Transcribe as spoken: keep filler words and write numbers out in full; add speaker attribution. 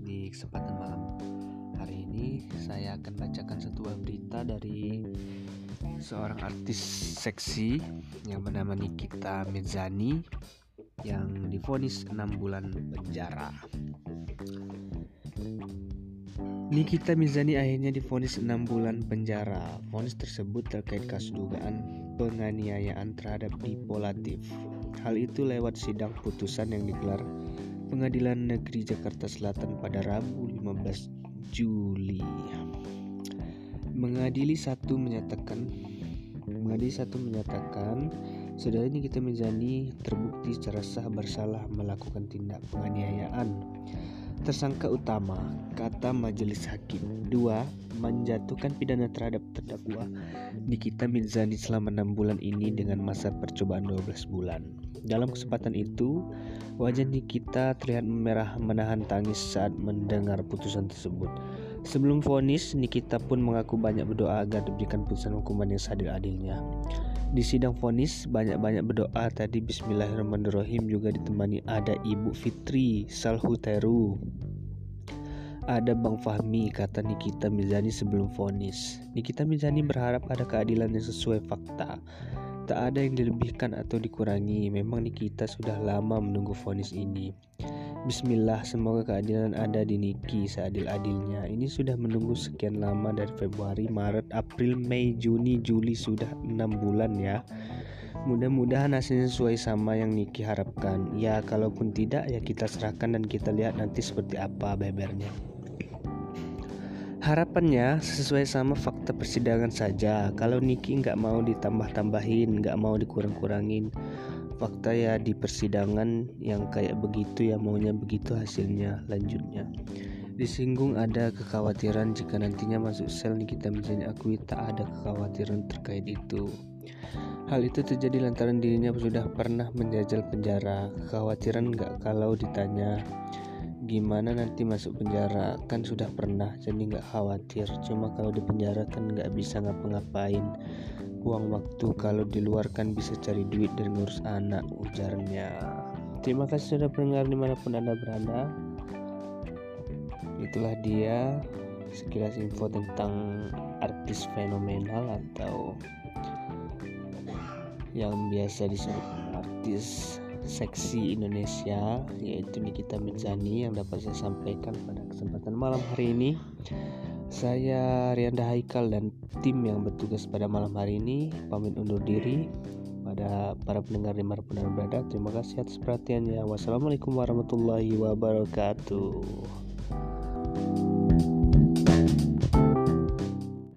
Speaker 1: Di kesempatan malam hari ini saya akan bacakan sebuah berita dari seorang artis seksi yang bernama Nikita Mirzani yang divonis enam bulan penjara. Nikita Mirzani akhirnya divonis enam bulan penjara. Vonis tersebut terkait kasus dugaan penganiayaan terhadap Dipo Latif. Hal itu lewat sidang putusan yang digelar Pengadilan Negeri Jakarta Selatan pada Rabu lima belas Juli. Mengadili satu menyatakan Mengadili satu menyatakan saudara Nikita Mirzani terbukti secara sah bersalah melakukan tindak penganiayaan. Tersangka utama, kata majelis hakim. Dua, menjatuhkan pidana terhadap terdakwa Nikita Mirzani selama enam bulan ini dengan masa percobaan dua belas bulan. Dalam kesempatan itu, wajah Nikita terlihat memerah menahan tangis saat mendengar putusan tersebut. Sebelum vonis, Nikita pun mengaku banyak berdoa agar diberikan putusan hukuman yang seadil-adilnya. Di sidang vonis, banyak-banyak berdoa tadi Bismillahirrahmanirrahim juga ditemani ada Ibu Fitri Salhuteru. Ada Bang Fahmi, kata Nikita Mirzani sebelum vonis. Nikita Mirzani berharap ada keadilan yang sesuai fakta. Tak ada yang dilebihkan atau dikurangi. Memang Nikita sudah lama menunggu vonis ini. Bismillah, semoga keadilan ada di Niki seadil-adilnya. Ini sudah menunggu sekian lama dari Februari, Maret, April, Mei, Juni, Juli, sudah enam bulan ya. Mudah-mudahan hasilnya sesuai sama yang Niki harapkan. Ya, kalaupun tidak ya kita serahkan dan kita lihat nanti seperti apa bebernya. Harapannya sesuai sama fakta persidangan saja. Kalau Niki nggak mau ditambah-tambahin, nggak mau dikurang-kurangin, fakta ya di persidangan yang kayak begitu ya maunya begitu hasilnya. Lanjutnya, disinggung ada kekhawatiran jika nantinya masuk sel Nikita Mirzani akui tak ada kekhawatiran terkait itu. Hal itu terjadi lantaran dirinya sudah pernah menjajal penjara. Kekhawatiran nggak kalau ditanya gimana nanti masuk penjara, kan sudah pernah jadi nggak khawatir. Cuma kalau di penjara kan nggak bisa ngapa-ngapain, buang waktu. Kalau di luar kan bisa cari duit dan ngurus anak, ujarnya. Terima kasih sudah pendengar dimanapun Anda berada. Itulah dia sekilas info tentang artis fenomenal atau yang biasa disebut artis seksi Indonesia, yaitu Nikita Mirzani, yang dapat saya sampaikan pada kesempatan malam hari ini. Saya Rianda Haikal dan tim yang bertugas pada malam hari ini pamit undur diri. Pada para pendengar dimanapun Anda berada, terima kasih atas perhatiannya. Wassalamualaikum warahmatullahi wabarakatuh.